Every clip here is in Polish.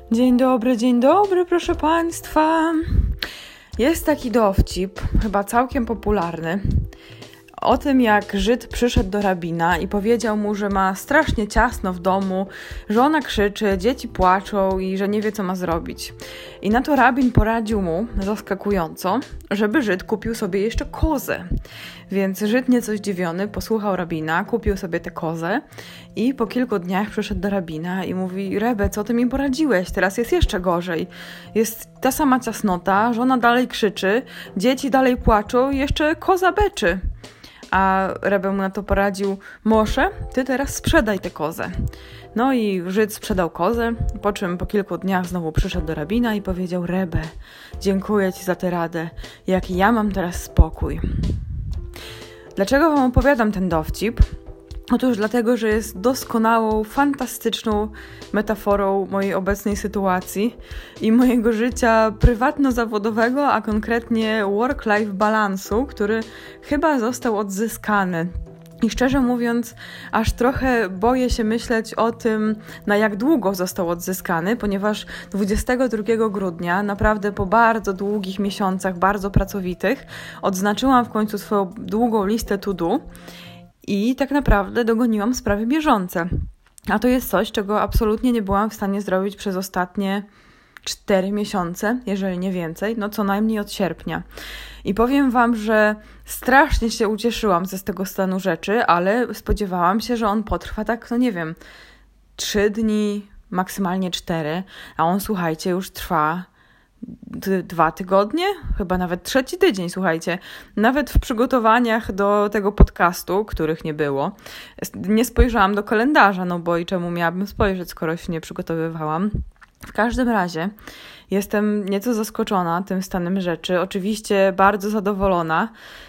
Dzień dobry, proszę Państwa. Jest taki dowcip, chyba całkiem popularny, o tym, jak Żyd przyszedł do rabina i powiedział mu, że ma strasznie ciasno w domu, że ona krzyczy, dzieci płaczą i że nie wie, co ma zrobić. I na to rabin poradził mu, zaskakująco, żeby Żyd kupił sobie jeszcze kozę. Więc Żyd, nieco zdziwiony, posłuchał rabina, kupił sobie tę kozę i po kilku dniach przyszedł do rabina i mówi: Rebe, co ty mi poradziłeś? Teraz jest jeszcze gorzej. Jest ta sama ciasnota, żona dalej krzyczy, dzieci dalej płaczą i jeszcze koza beczy. A Rebbe mu na to poradził: Mosze, ty teraz sprzedaj tę kozę. No i Żyd sprzedał kozę, po czym po kilku dniach znowu przyszedł do rabina i powiedział: Rebbe, dziękuję ci za tę radę, jaki ja mam teraz spokój. Dlaczego wam opowiadam ten dowcip? Otóż dlatego, że jest doskonałą, fantastyczną metaforą mojej obecnej sytuacji i mojego życia prywatno-zawodowego, a konkretnie work-life balansu, który chyba został odzyskany. I szczerze mówiąc, aż trochę boję się myśleć o tym, na jak długo został odzyskany, ponieważ 22 grudnia, naprawdę po bardzo długich miesiącach, bardzo pracowitych, odznaczyłam w końcu swoją długą listę to do i tak naprawdę dogoniłam sprawy bieżące. A to jest coś, czego absolutnie nie byłam w stanie zrobić przez ostatnie 4 miesiące, jeżeli nie więcej, no co najmniej od sierpnia. I powiem wam, że strasznie się ucieszyłam z tego stanu rzeczy, ale spodziewałam się, że on potrwa tak, 3 dni, maksymalnie 4, a on, słuchajcie, już trwa 2 tygodnie, chyba nawet 3 tydzień, słuchajcie. Nawet w przygotowaniach do tego podcastu, których nie było, nie spojrzałam do kalendarza, no bo i czemu miałabym spojrzeć, skoro się nie przygotowywałam. W każdym razie jestem nieco zaskoczona tym stanem rzeczy, oczywiście bardzo zadowolona,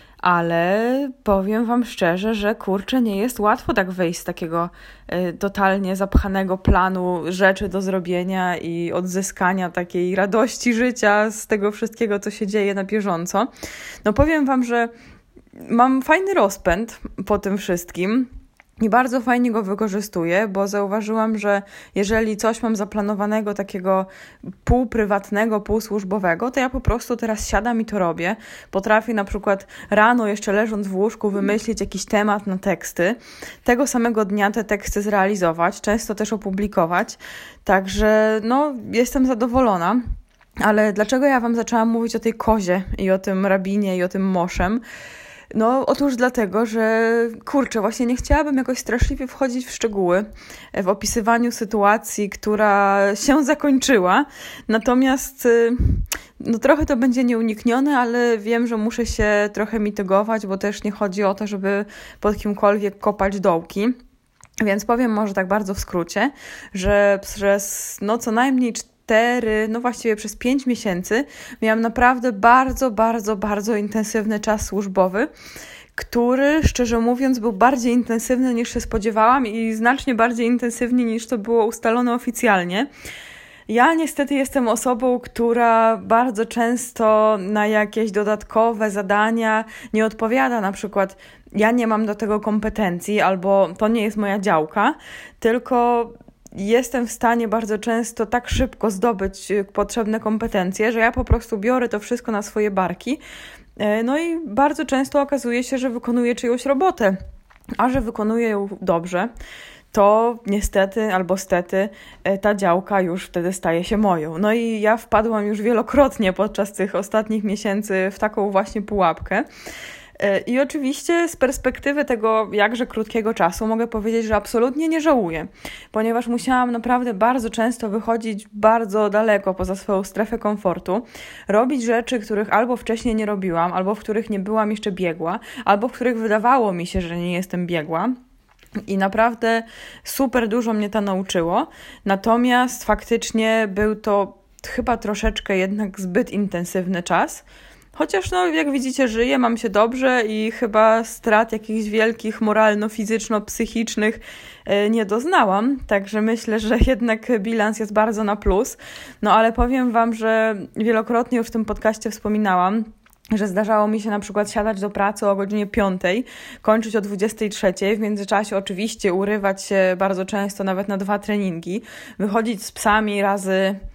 ale powiem wam szczerze, że kurczę, nie jest łatwo tak wyjść z takiego totalnie zapchanego planu rzeczy do zrobienia i odzyskania takiej radości życia z tego wszystkiego, co się dzieje na bieżąco. No powiem wam, że mam fajny rozpęd po tym wszystkim. I bardzo fajnie go wykorzystuję, bo zauważyłam, że jeżeli coś mam zaplanowanego takiego półprywatnego, półsłużbowego, to ja po prostu teraz siadam i to robię. Potrafię na przykład rano, jeszcze leżąc w łóżku, wymyślić jakiś temat na teksty. Tego samego dnia te teksty zrealizować, często też opublikować. Także jestem zadowolona. Ale dlaczego ja wam zaczęłam mówić o tej kozie i o tym rabinie i o tym moszem? No, otóż dlatego, że właśnie nie chciałabym jakoś straszliwie wchodzić w szczegóły w opisywaniu sytuacji, która się zakończyła. Natomiast trochę to będzie nieuniknione, ale wiem, że muszę się trochę mitygować, bo też nie chodzi o to, żeby pod kimkolwiek kopać dołki. Więc powiem może tak bardzo w skrócie, że przez co najmniej właściwie przez 5 miesięcy miałam naprawdę bardzo, bardzo, bardzo intensywny czas służbowy, który, szczerze mówiąc, był bardziej intensywny niż się spodziewałam i znacznie bardziej intensywny niż to było ustalone oficjalnie. Ja niestety jestem osobą, która bardzo często na jakieś dodatkowe zadania nie odpowiada. Na przykład ja nie mam do tego kompetencji albo to nie jest moja działka, tylko jestem w stanie bardzo często tak szybko zdobyć potrzebne kompetencje, że ja po prostu biorę to wszystko na swoje barki. No i bardzo często okazuje się, że wykonuję czyjąś robotę, a że wykonuję ją dobrze, to niestety albo stety ta działka już wtedy staje się moją. No i ja wpadłam już wielokrotnie podczas tych ostatnich miesięcy w taką właśnie pułapkę. I oczywiście z perspektywy tego jakże krótkiego czasu mogę powiedzieć, że absolutnie nie żałuję, ponieważ musiałam naprawdę bardzo często wychodzić bardzo daleko poza swoją strefę komfortu, robić rzeczy, których albo wcześniej nie robiłam, albo w których nie byłam jeszcze biegła, albo w których wydawało mi się, że nie jestem biegła. I naprawdę super dużo mnie to nauczyło, natomiast faktycznie był to chyba troszeczkę jednak zbyt intensywny czas. Chociaż jak widzicie, żyję, mam się dobrze i chyba strat jakichś wielkich moralno-fizyczno-psychicznych nie doznałam. Także myślę, że jednak bilans jest bardzo na plus. Ale powiem wam, że wielokrotnie już w tym podcaście wspominałam, że zdarzało mi się na przykład siadać do pracy o godzinie 5, kończyć o 23, w międzyczasie oczywiście urywać się bardzo często nawet na 2 treningi, wychodzić z psami razy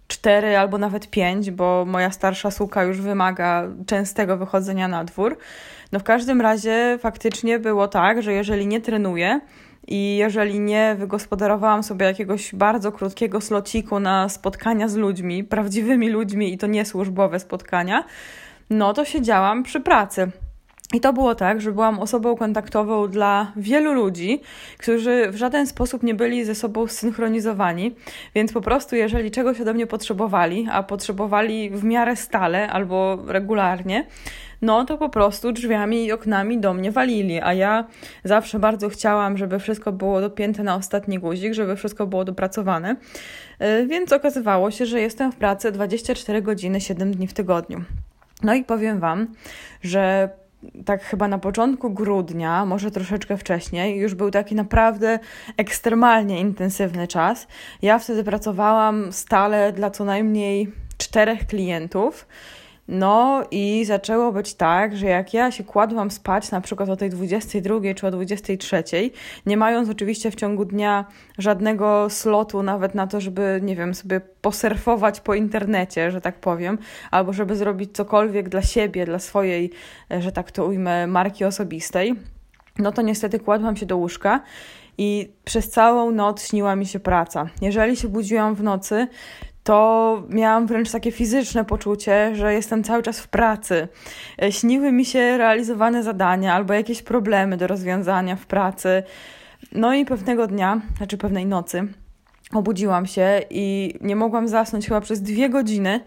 4 albo nawet 5, bo moja starsza suka już wymaga częstego wychodzenia na dwór. No w każdym razie faktycznie było tak, że jeżeli nie trenuję i jeżeli nie wygospodarowałam sobie jakiegoś bardzo krótkiego slociku na spotkania z ludźmi, prawdziwymi ludźmi i to nie służbowe spotkania, no to siedziałam przy pracy. I to było tak, że byłam osobą kontaktową dla wielu ludzi, którzy w żaden sposób nie byli ze sobą zsynchronizowani, więc po prostu jeżeli czegoś ode mnie potrzebowali, a potrzebowali w miarę stale albo regularnie, no to po prostu drzwiami i oknami do mnie walili, a ja zawsze bardzo chciałam, żeby wszystko było dopięte na ostatni guzik, żeby wszystko było dopracowane, więc okazywało się, że jestem w pracy 24 godziny, 7 dni w tygodniu. No i powiem Wam, że tak chyba na początku grudnia, może troszeczkę wcześniej, już był taki naprawdę ekstremalnie intensywny czas. Ja wtedy pracowałam stale dla co najmniej 4 klientów. No i zaczęło być tak, że jak ja się kładłam spać na przykład o tej 22 czy o 23, nie mając oczywiście w ciągu dnia żadnego slotu nawet na to, żeby, nie wiem, sobie posurfować po internecie, że tak powiem, albo żeby zrobić cokolwiek dla siebie, dla swojej, że tak to ujmę, marki osobistej, no to niestety kładłam się do łóżka i przez całą noc śniła mi się praca. Jeżeli się budziłam w nocy, to miałam wręcz takie fizyczne poczucie, że jestem cały czas w pracy. Śniły mi się realizowane zadania albo jakieś problemy do rozwiązania w pracy. No i pewnej nocy obudziłam się i nie mogłam zasnąć chyba przez 2 godziny,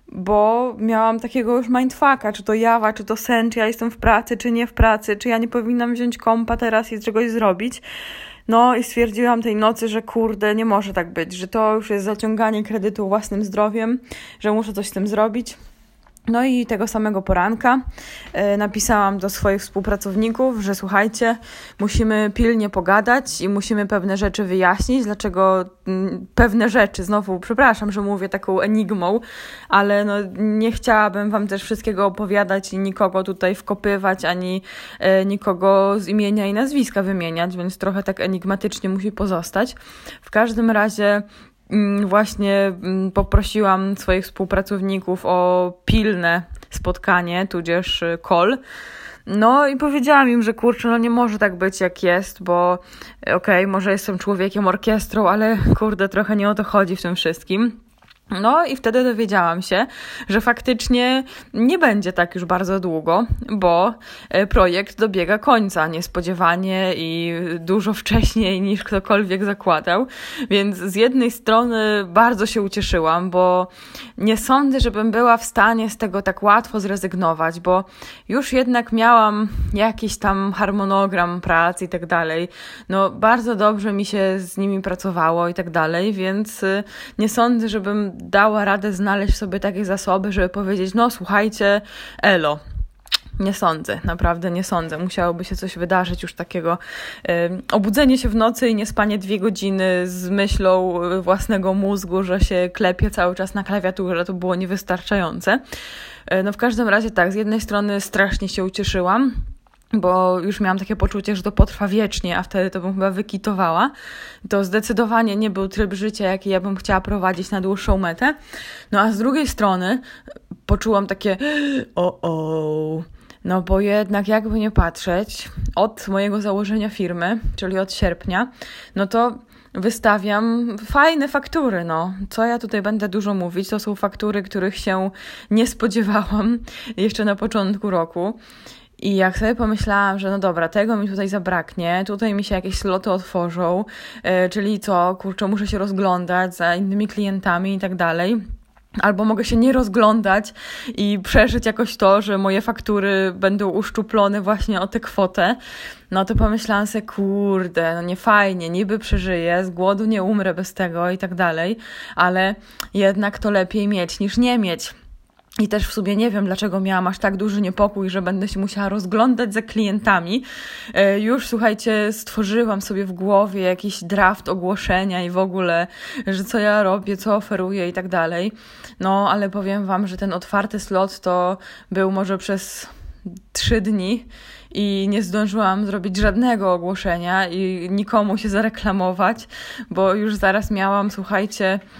bo miałam takiego już mindfucka, czy to jawa, czy to sen, czy ja jestem w pracy, czy nie w pracy, czy ja nie powinnam wziąć kompa teraz i czegoś zrobić. No i stwierdziłam tej nocy, że kurde, nie może tak być, że to już jest zaciąganie kredytu własnym zdrowiem, że muszę coś z tym zrobić. No i tego samego poranka napisałam do swoich współpracowników, że słuchajcie, musimy pilnie pogadać i musimy pewne rzeczy wyjaśnić, dlaczego pewne rzeczy, znowu przepraszam, że mówię taką enigmą, ale no nie chciałabym Wam też wszystkiego opowiadać i nikogo tutaj wkopywać, ani nikogo z imienia i nazwiska wymieniać, więc trochę tak enigmatycznie musi pozostać. W każdym razie właśnie poprosiłam swoich współpracowników o pilne spotkanie, tudzież call. No i powiedziałam im, że kurczę, no nie może tak być jak jest, bo okej, może jestem człowiekiem orkiestrą, ale kurde, trochę nie o to chodzi w tym wszystkim. No i wtedy dowiedziałam się, że faktycznie nie będzie tak już bardzo długo, bo projekt dobiega końca niespodziewanie i dużo wcześniej niż ktokolwiek zakładał, więc z jednej strony bardzo się ucieszyłam, bo nie sądzę, żebym była w stanie z tego tak łatwo zrezygnować, bo już jednak miałam jakiś tam harmonogram pracy i tak dalej, no bardzo dobrze mi się z nimi pracowało i tak dalej, więc nie sądzę, żebym dała radę znaleźć sobie takie zasoby, żeby powiedzieć, no słuchajcie, elo. Nie sądzę, naprawdę nie sądzę. Musiałoby się coś wydarzyć już takiego. Obudzenie się w nocy i niespanie 2 godziny z myślą własnego mózgu, że się klepie cały czas na klawiaturze, to było niewystarczające. No w każdym razie tak, z jednej strony strasznie się ucieszyłam, bo już miałam takie poczucie, że to potrwa wiecznie, a wtedy to bym chyba wykitowała. To zdecydowanie nie był tryb życia, jaki ja bym chciała prowadzić na dłuższą metę. No a z drugiej strony poczułam takie no bo jednak jakby nie patrzeć, od mojego założenia firmy, czyli od sierpnia, no to wystawiam fajne faktury, no. Co ja tutaj będę dużo mówić, to są faktury, których się nie spodziewałam jeszcze na początku roku. I jak sobie pomyślałam, że no dobra, tego mi tutaj zabraknie, tutaj mi się jakieś sloty otworzą, czyli co, kurczę, muszę się rozglądać za innymi klientami i tak dalej. Albo mogę się nie rozglądać i przeżyć jakoś to, że moje faktury będą uszczuplone właśnie o tę kwotę. No to pomyślałam sobie, kurde, no nie fajnie, niby przeżyję, z głodu nie umrę bez tego i tak dalej, ale jednak to lepiej mieć niż nie mieć. I też w sumie nie wiem, dlaczego miałam aż tak duży niepokój, że będę się musiała rozglądać za klientami. Już, słuchajcie, stworzyłam sobie w głowie jakiś draft ogłoszenia i w ogóle, że co ja robię, co oferuję i tak dalej. No, ale powiem Wam, że ten otwarty slot to był może przez 3 dni i nie zdążyłam zrobić żadnego ogłoszenia i nikomu się zareklamować, bo już zaraz miałam, słuchajcie,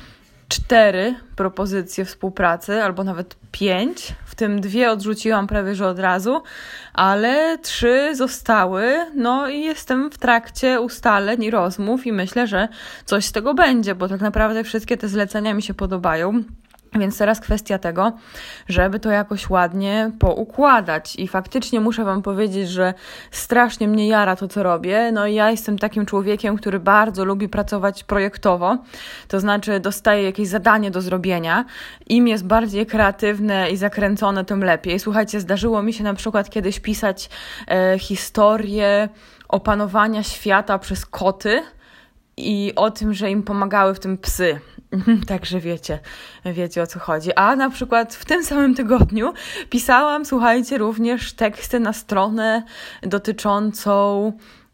4 propozycje współpracy, albo nawet 5, w tym 2 odrzuciłam prawie że od razu, ale 3 zostały, no i jestem w trakcie ustaleń i rozmów i myślę, że coś z tego będzie, bo tak naprawdę wszystkie te zlecenia mi się podobają. Więc teraz kwestia tego, żeby to jakoś ładnie poukładać i faktycznie muszę wam powiedzieć, że strasznie mnie jara to, co robię. No i ja jestem takim człowiekiem, który bardzo lubi pracować projektowo, to znaczy dostaję jakieś zadanie do zrobienia. Im jest bardziej kreatywne i zakręcone, tym lepiej. Słuchajcie, zdarzyło mi się na przykład kiedyś pisać historię opanowania świata przez koty i o tym, że im pomagały w tym psy. Także wiecie o co chodzi. A na przykład w tym samym tygodniu pisałam, słuchajcie, również teksty na stronę dotyczącą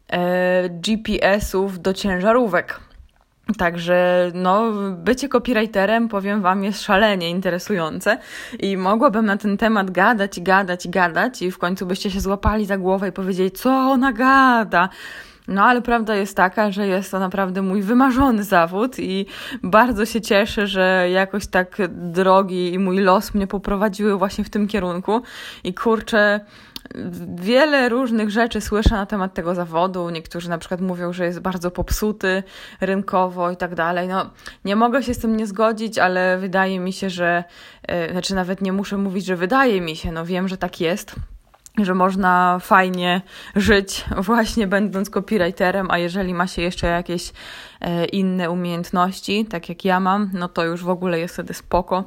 GPS-ów do ciężarówek. Także bycie copywriterem, powiem wam, jest szalenie interesujące i mogłabym na ten temat gadać i w końcu byście się złapali za głowę i powiedzieli, co ona gada. No ale prawda jest taka, że jest to naprawdę mój wymarzony zawód i bardzo się cieszę, że jakoś tak drogi i mój los mnie poprowadziły właśnie w tym kierunku i kurczę, wiele różnych rzeczy słyszę na temat tego zawodu. Niektórzy na przykład mówią, że jest bardzo popsuty rynkowo i tak dalej. No, nie mogę się z tym nie zgodzić, ale wydaje mi się, że, nawet nie muszę mówić, że wydaje mi się, wiem, że tak jest, że można fajnie żyć właśnie będąc copywriterem, a jeżeli ma się jeszcze jakieś inne umiejętności, tak jak ja mam, no to już w ogóle jest wtedy spoko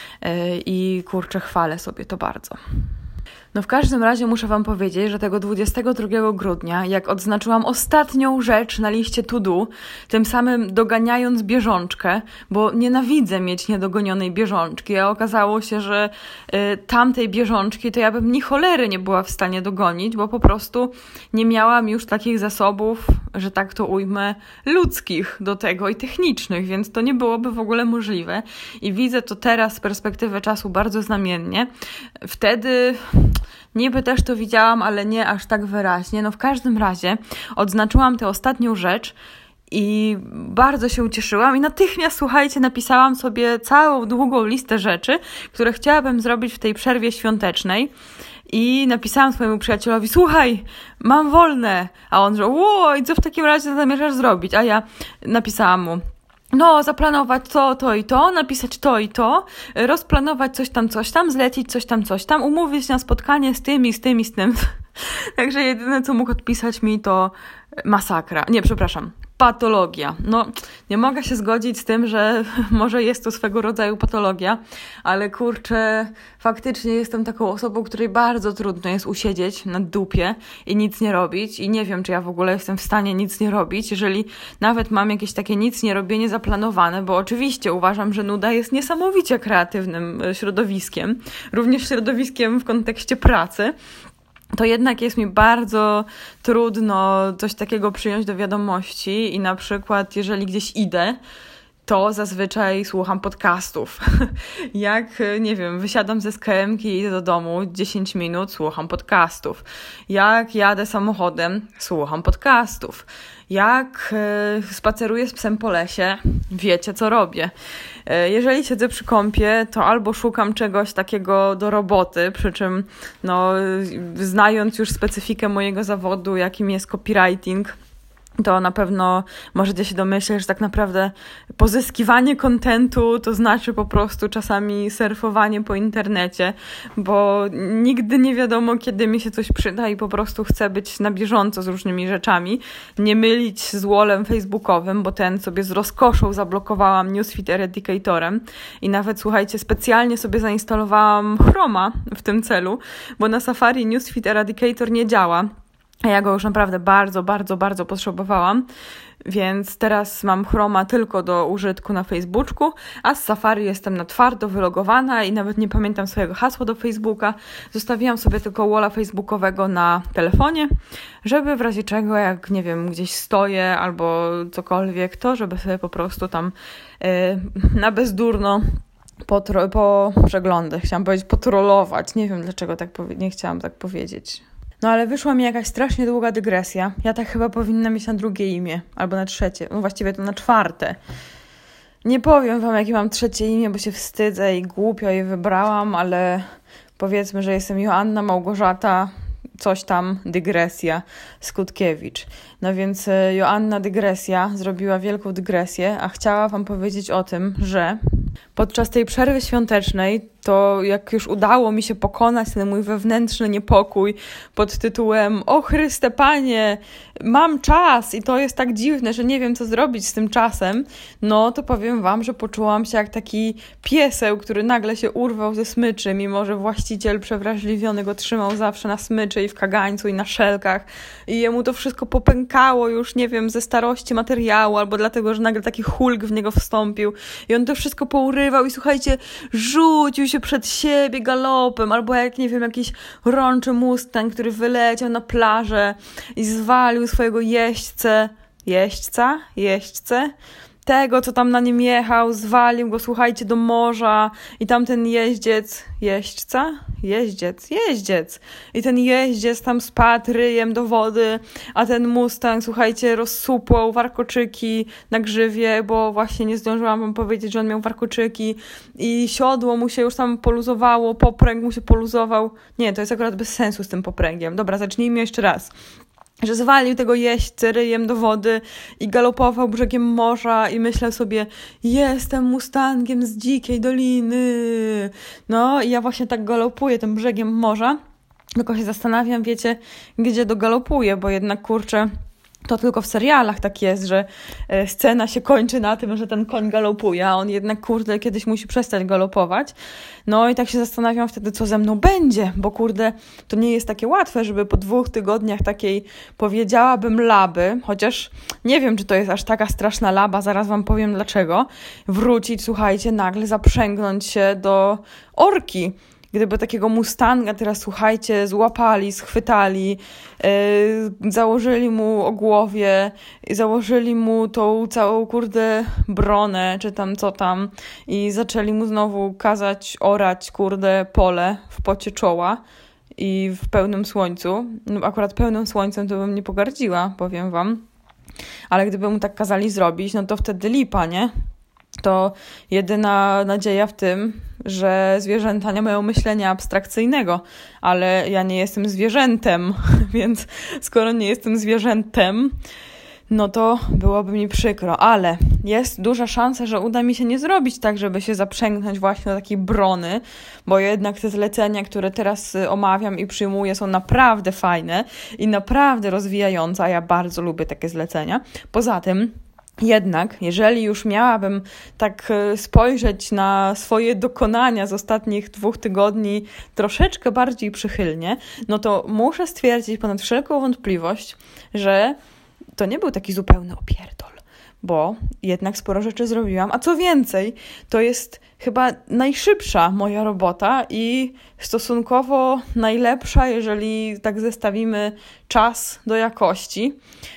i kurczę, chwalę sobie to bardzo. No w każdym razie muszę wam powiedzieć, że tego 22 grudnia, jak odznaczyłam ostatnią rzecz na liście to do, tym samym doganiając bieżączkę, bo nienawidzę mieć niedogonionej bieżączki, a okazało się, że tamtej bieżączki to ja bym ni cholery nie była w stanie dogonić, bo po prostu nie miałam już takich zasobów, że tak to ujmę, ludzkich do tego i technicznych, więc to nie byłoby w ogóle możliwe i widzę to teraz z perspektywy czasu bardzo znamiennie. Wtedy niby też to widziałam, ale nie aż tak wyraźnie. No w każdym razie odznaczyłam tę ostatnią rzecz i bardzo się ucieszyłam i natychmiast, słuchajcie, napisałam sobie całą długą listę rzeczy, które chciałabym zrobić w tej przerwie świątecznej. I napisałam swojemu przyjacielowi, słuchaj, mam wolne. A on, że i co w takim razie zamierzasz zrobić? A ja napisałam mu, zaplanować to i to, napisać to i to, rozplanować coś tam, zlecić coś tam, umówić na spotkanie z tym. Także jedyne, co mógł odpisać mi, to patologia. Nie mogę się zgodzić z tym, że może jest to swego rodzaju patologia, ale kurczę, faktycznie jestem taką osobą, której bardzo trudno jest usiedzieć na dupie i nic nie robić i nie wiem, czy ja w ogóle jestem w stanie nic nie robić, jeżeli nawet mam jakieś takie nic nie robienie zaplanowane, bo oczywiście uważam, że nuda jest niesamowicie kreatywnym środowiskiem, również środowiskiem w kontekście pracy. To jednak jest mi bardzo trudno coś takiego przyjąć do wiadomości i na przykład jeżeli gdzieś idę, to zazwyczaj słucham podcastów. Jak, wysiadam ze SKM-ki i idę do domu, 10 minut słucham podcastów. Jak jadę samochodem, słucham podcastów. Jak spaceruję z psem po lesie, wiecie co robię. Jeżeli siedzę przy kompie, to albo szukam czegoś takiego do roboty, przy czym znając już specyfikę mojego zawodu, jakim jest copywriting, to na pewno możecie się domyśleć, że tak naprawdę pozyskiwanie kontentu to znaczy po prostu czasami surfowanie po internecie, bo nigdy nie wiadomo, kiedy mi się coś przyda i po prostu chcę być na bieżąco z różnymi rzeczami. Nie mylić z wallem facebookowym, bo ten sobie z rozkoszą zablokowałam Newsfeed Eradicatorem i nawet, słuchajcie, specjalnie sobie zainstalowałam Chroma w tym celu, bo na Safari Newsfeed Eradicator nie działa. A ja go już naprawdę bardzo, bardzo, bardzo potrzebowałam, więc teraz mam Chroma tylko do użytku na Facebooku, a z Safari jestem na twardo wylogowana i nawet nie pamiętam swojego hasła do Facebooka. Zostawiłam sobie tylko walla facebookowego na telefonie, żeby w razie czego, jak gdzieś stoję albo cokolwiek, to żeby sobie po prostu tam na bezdurno przeglądać. Chciałam powiedzieć potrolować. Nie wiem dlaczego nie chciałam tak powiedzieć. Ale wyszła mi jakaś strasznie długa dygresja. Ja tak chyba powinna mieć na drugie imię, albo na trzecie. Właściwie to na czwarte. Nie powiem wam, jakie mam trzecie imię, bo się wstydzę i głupio je wybrałam, ale powiedzmy, że jestem Joanna Małgorzata, coś tam, dygresja, Skutkiewicz. No więc Joanna Dygresja zrobiła wielką dygresję, a chciała wam powiedzieć o tym, że podczas tej przerwy świątecznej, to jak już udało mi się pokonać ten mój wewnętrzny niepokój pod tytułem O Chryste Panie, mam czas i to jest tak dziwne, że nie wiem co zrobić z tym czasem, no to powiem wam, że poczułam się jak taki pieseł, który nagle się urwał ze smyczy, mimo że właściciel przewrażliwiony go trzymał zawsze na smyczy i w kagańcu i na szelkach i jemu to wszystko popękało już, nie wiem, ze starości materiału albo dlatego, że nagle taki hulk w niego wstąpił i on to wszystko pourywał i słuchajcie, rzucił się przed siebie galopem, albo jak, nie wiem, jakiś rączy mustang, który wyleciał na plażę i zwalił swojego jeźdźcę, tego, co tam na nim jechał, zwalił go, słuchajcie, do morza i tamten jeździec i ten jeździec tam spadł ryjem do wody, a ten mustang, słuchajcie, rozsupłał warkoczyki na grzywie, bo właśnie nie zdążyłam wam powiedzieć, że on miał warkoczyki i siodło mu się już tam poluzowało, popręg mu się poluzował. Nie, to jest akurat bez sensu z tym popręgiem. Dobra, zacznijmy jeszcze raz. Że zwalił tego jeźdźcę ryjem do wody i galopował brzegiem morza i myślał sobie, jestem mustangiem z dzikiej doliny. No i ja właśnie tak galopuję tym brzegiem morza, tylko się zastanawiam, wiecie, gdzie dogalopuję, bo jednak, kurczę, to tylko w serialach tak jest, że scena się kończy na tym, że ten koń galopuje, a on jednak, kurde, kiedyś musi przestać galopować. No i tak się zastanawiam wtedy, co ze mną będzie, bo kurde, to nie jest takie łatwe, żeby po 2 tygodniach takiej, powiedziałabym, laby, chociaż nie wiem, czy to jest aż taka straszna laba, zaraz wam powiem dlaczego, wrócić, słuchajcie, nagle zaprzęgnąć się do orki. Gdyby takiego mustanga teraz, słuchajcie, złapali, schwytali, założyli mu ogłowie, założyli mu tą całą, kurde, bronę, czy tam co tam i zaczęli mu znowu kazać orać, kurde, pole w pocie czoła i w pełnym słońcu. No, akurat pełnym słońcem to bym nie pogardziła, powiem wam. Ale gdyby mu tak kazali zrobić, no to wtedy lipa, nie? To jedyna nadzieja w tym, że zwierzęta nie mają myślenia abstrakcyjnego, ale ja nie jestem zwierzętem, więc skoro nie jestem zwierzętem, no to byłoby mi przykro, ale jest duża szansa, że uda mi się nie zrobić tak, żeby się zaprzęgnąć właśnie do takiej brony, bo jednak te zlecenia, które teraz omawiam i przyjmuję, są naprawdę fajne i naprawdę rozwijające, a ja bardzo lubię takie zlecenia. Poza tym jednak, jeżeli już miałabym tak spojrzeć na swoje dokonania z ostatnich 2 tygodni troszeczkę bardziej przychylnie, no to muszę stwierdzić ponad wszelką wątpliwość, że to nie był taki zupełny opierdol, bo jednak sporo rzeczy zrobiłam, a co więcej, to jest chyba najszybsza moja robota i stosunkowo najlepsza, jeżeli tak zestawimy czas do jakości.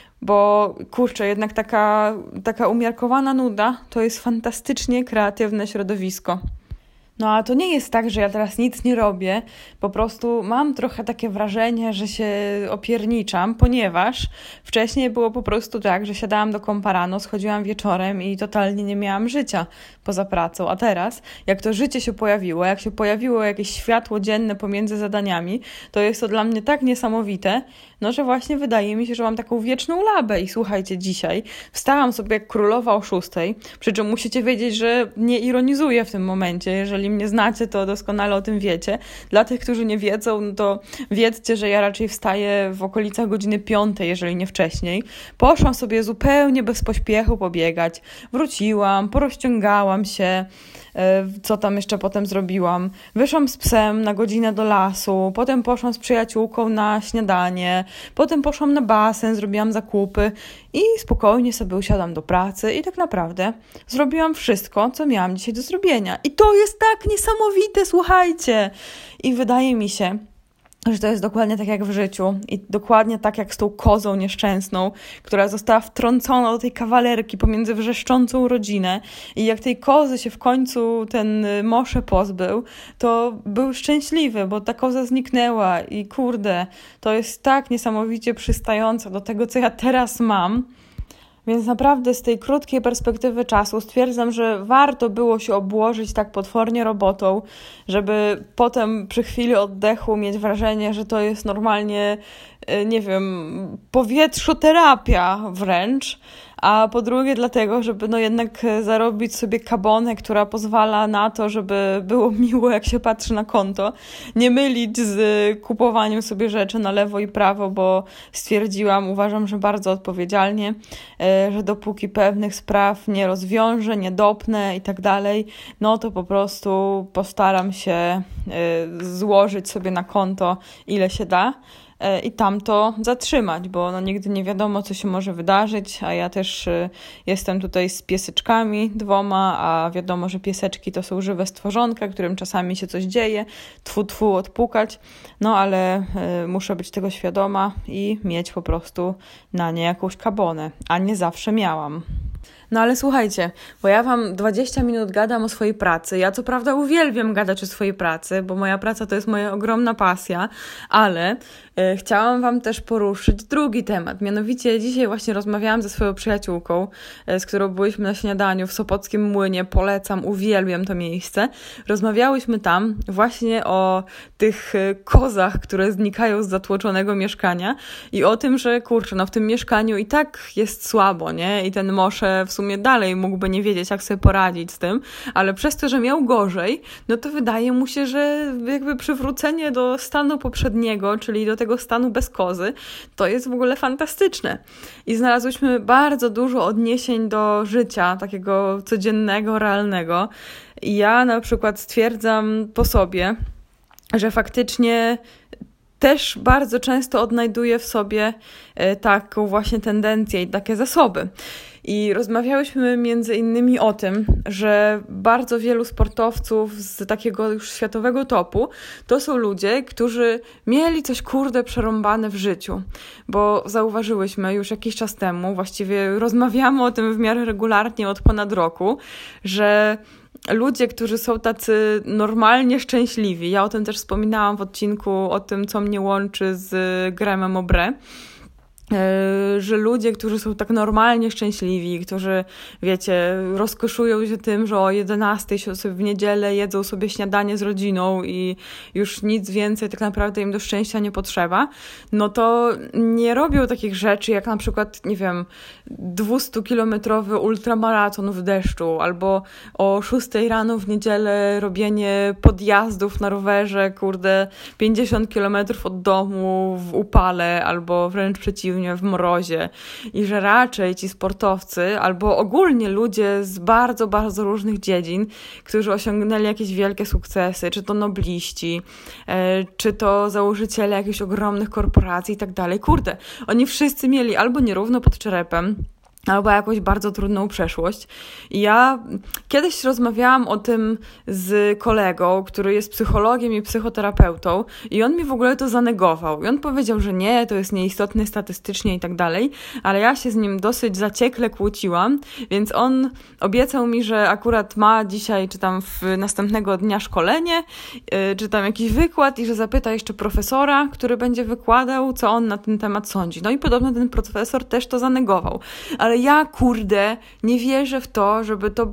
Bo kurczę, jednak taka umiarkowana nuda to jest fantastycznie kreatywne środowisko. No a to nie jest tak, że ja teraz nic nie robię, po prostu mam trochę takie wrażenie, że się opierniczam, ponieważ wcześniej było po prostu tak, że siadałam do kompa rano, schodziłam wieczorem i totalnie nie miałam życia poza pracą, a teraz jak to życie się pojawiło, jak się pojawiło jakieś światło dzienne pomiędzy zadaniami, to jest to dla mnie tak niesamowite, no że właśnie wydaje mi się, że mam taką wieczną labę i słuchajcie, dzisiaj wstałam sobie jak królowa o 6:00, przy czym musicie wiedzieć, że nie ironizuję w tym momencie, jeżeli mnie znacie, to doskonale o tym wiecie. Dla tych, którzy nie wiedzą, no to wiedzcie, że ja raczej wstaję w okolicach godziny 5:00, jeżeli nie wcześniej. Poszłam sobie zupełnie bez pośpiechu pobiegać, wróciłam, porozciągałam się, co tam jeszcze potem zrobiłam. Wyszłam z psem na godzinę do lasu, potem poszłam z przyjaciółką na śniadanie, potem poszłam na basen, zrobiłam zakupy i spokojnie sobie usiadłam do pracy i tak naprawdę zrobiłam wszystko, co miałam dzisiaj do zrobienia. I to jest tak niesamowite, słuchajcie! I wydaje mi się, że to jest dokładnie tak jak w życiu i dokładnie tak jak z tą kozą nieszczęsną, która została wtrącona do tej kawalerki pomiędzy wrzeszczącą rodzinę i jak tej kozy się w końcu ten Mosze pozbył, to był szczęśliwy, bo ta koza zniknęła i kurde, to jest tak niesamowicie przystające do tego, co ja teraz mam, Więc naprawdę z tej krótkiej perspektywy czasu stwierdzam, że warto było się obłożyć tak potwornie robotą, żeby potem przy chwili oddechu mieć wrażenie, że to jest normalnie, nie wiem, powietrzoterapia wręcz. A po drugie dlatego, żeby jednak zarobić sobie kabonę, która pozwala na to, żeby było miło, jak się patrzy na konto. Nie mylić z kupowaniem sobie rzeczy na lewo i prawo, bo uważam, że bardzo odpowiedzialnie, że dopóki pewnych spraw nie rozwiążę, nie dopnę i tak dalej, no to po prostu postaram się złożyć sobie na konto ile się da i tam to zatrzymać, bo nigdy nie wiadomo, co się może wydarzyć, a ja też jestem tutaj z pieseczkami 2, a wiadomo, że pieseczki to są żywe stworzonka, którym czasami się coś dzieje, odpukać, ale muszę być tego świadoma i mieć po prostu na nie jakąś kabonę, a nie zawsze miałam. No ale słuchajcie, bo ja wam 20 minut gadam o swojej pracy. Ja co prawda uwielbiam gadać o swojej pracy, bo moja praca to jest moja ogromna pasja, ale chciałam wam też poruszyć drugi temat. Mianowicie dzisiaj właśnie rozmawiałam ze swoją przyjaciółką, z którą byliśmy na śniadaniu w Sopockim Młynie. Polecam, uwielbiam to miejsce. Rozmawiałyśmy tam właśnie o tych kozach, które znikają z zatłoczonego mieszkania i o tym, że kurczę, w tym mieszkaniu i tak jest słabo, nie? I ten Mosze w sumie dalej mógłby nie wiedzieć, jak sobie poradzić z tym, ale przez to, że miał gorzej, no to wydaje mu się, że jakby przywrócenie do stanu poprzedniego, czyli do tego stanu bez kozy, to jest w ogóle fantastyczne. I znalazłyśmy bardzo dużo odniesień do życia, takiego codziennego, realnego. I ja na przykład stwierdzam po sobie, że faktycznie też bardzo często odnajduję w sobie taką właśnie tendencję i takie zasoby. I rozmawiałyśmy między innymi o tym, że bardzo wielu sportowców z takiego już światowego topu to są ludzie, którzy mieli coś przerąbane w życiu. Bo zauważyłyśmy już jakiś czas temu, właściwie rozmawiamy o tym w miarę regularnie od ponad roku, że ludzie, którzy są tacy normalnie szczęśliwi, ja o tym też wspominałam w odcinku o tym, co mnie łączy z Grahamem Obré, że ludzie, którzy są tak normalnie szczęśliwi, którzy, wiecie, rozkoszują się tym, że o 11 się sobie w niedzielę jedzą sobie śniadanie z rodziną i już nic więcej tak naprawdę im do szczęścia nie potrzeba, no to nie robią takich rzeczy jak na przykład, nie wiem, 200-kilometrowy ultramaraton w deszczu albo o 6 rano w niedzielę robienie podjazdów na rowerze, 50 kilometrów od domu w upale albo wręcz przeciwnie, w mrozie i że raczej ci sportowcy albo ogólnie ludzie z bardzo, bardzo różnych dziedzin, którzy osiągnęli jakieś wielkie sukcesy, czy to nobliści, czy to założyciele jakichś ogromnych korporacji i tak dalej. Oni wszyscy mieli albo nierówno pod czerepem, albo jakąś bardzo trudną przeszłość. I ja kiedyś rozmawiałam o tym z kolegą, który jest psychologiem i psychoterapeutą i on mi w ogóle to zanegował. I on powiedział, że nie, to jest nieistotne statystycznie i tak dalej, ale ja się z nim dosyć zaciekle kłóciłam, więc on obiecał mi, że akurat ma dzisiaj, czy tam następnego dnia szkolenie, czy tam jakiś wykład i że zapyta jeszcze profesora, który będzie wykładał, co on na ten temat sądzi. No i podobno ten profesor też to zanegował. Ale ja, nie wierzę w to, żeby to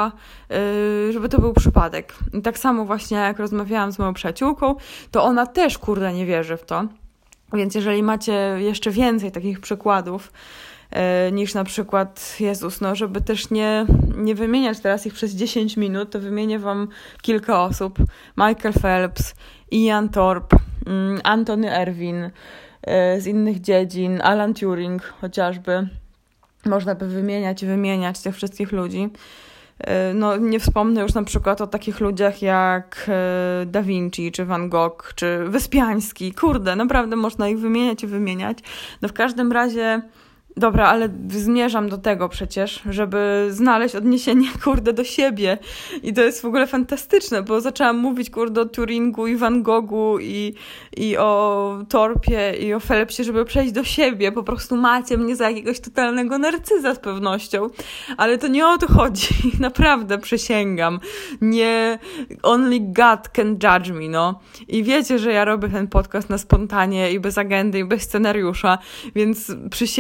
był przypadek. I tak samo właśnie jak rozmawiałam z moją przyjaciółką, to ona też, nie wierzy w to. Więc jeżeli macie jeszcze więcej takich przykładów, niż na przykład, żeby też nie wymieniać teraz ich przez 10 minut, to wymienię wam kilka osób. Michael Phelps, Ian Thorpe, Anthony Erwin, z innych dziedzin, Alan Turing chociażby. Można by wymieniać tych wszystkich ludzi. Nie wspomnę już na przykład o takich ludziach jak Da Vinci, czy Van Gogh, czy Wyspiański. Naprawdę można ich wymieniać. W każdym razie, dobra, ale zmierzam do tego przecież, żeby znaleźć odniesienie, do siebie. I to jest w ogóle fantastyczne, bo zaczęłam mówić, o Turingu i Van Goghu i o Torpie i o Phelpsie, żeby przejść do siebie. Po prostu macie mnie za jakiegoś totalnego narcyza z pewnością. Ale to nie o to chodzi. Naprawdę, przysięgam. Nie, only God can judge me, I wiecie, że ja robię ten podcast na spontanie i bez agendy i bez scenariusza, więc przysięgam,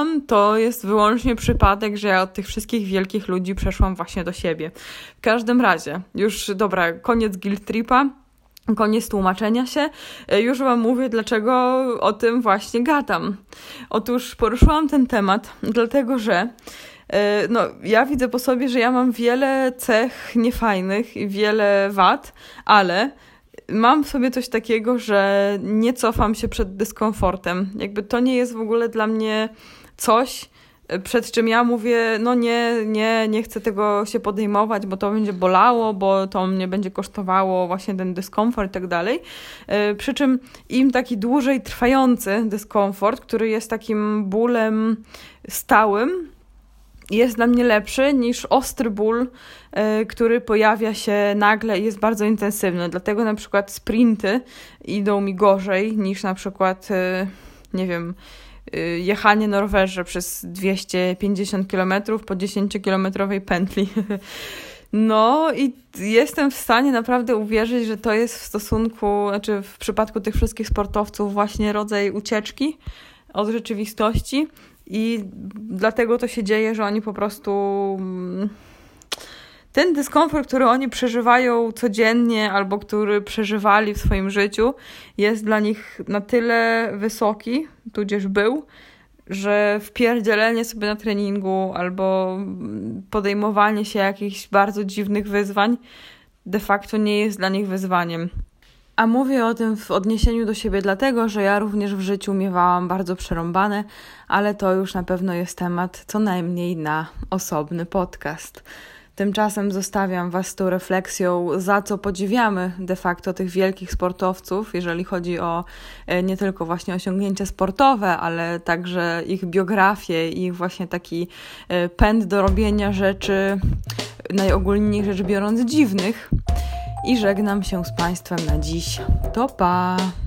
gadam, to jest wyłącznie przypadek, że ja od tych wszystkich wielkich ludzi przeszłam właśnie do siebie. W każdym razie, już dobra, koniec guilt tripa. Koniec tłumaczenia się. Już wam mówię, dlaczego o tym właśnie gadam. Otóż poruszyłam ten temat, dlatego że ja widzę po sobie, że ja mam wiele cech niefajnych i wiele wad, ale mam w sobie coś takiego, że nie cofam się przed dyskomfortem. Jakby to nie jest w ogóle dla mnie coś, przed czym ja mówię, nie chcę tego się podejmować, bo to będzie bolało, bo to mnie będzie kosztowało właśnie ten dyskomfort i tak dalej. Przy czym im taki dłużej trwający dyskomfort, który jest takim bólem stałym, jest dla mnie lepszy niż ostry ból, który pojawia się nagle i jest bardzo intensywny. Dlatego na przykład sprinty idą mi gorzej niż na przykład, jechanie na rowerze przez 250 km po 10-kilometrowej pętli. No i jestem w stanie naprawdę uwierzyć, że to jest w przypadku tych wszystkich sportowców właśnie rodzaj ucieczki od rzeczywistości i dlatego to się dzieje, że oni po prostu ten dyskomfort, który oni przeżywają codziennie albo który przeżywali w swoim życiu, jest dla nich na tyle wysoki, tudzież był, że wpierdzielenie sobie na treningu albo podejmowanie się jakichś bardzo dziwnych wyzwań de facto nie jest dla nich wyzwaniem. A mówię o tym w odniesieniu do siebie dlatego, że ja również w życiu miewałam bardzo przerąbane, ale to już na pewno jest temat co najmniej na osobny podcast. Tymczasem zostawiam Was z tą refleksją, za co podziwiamy de facto tych wielkich sportowców, jeżeli chodzi o nie tylko właśnie osiągnięcia sportowe, ale także ich biografię, ich właśnie taki pęd do robienia rzeczy, najogólniej rzecz biorąc, dziwnych. I żegnam się z Państwem na dziś. To pa!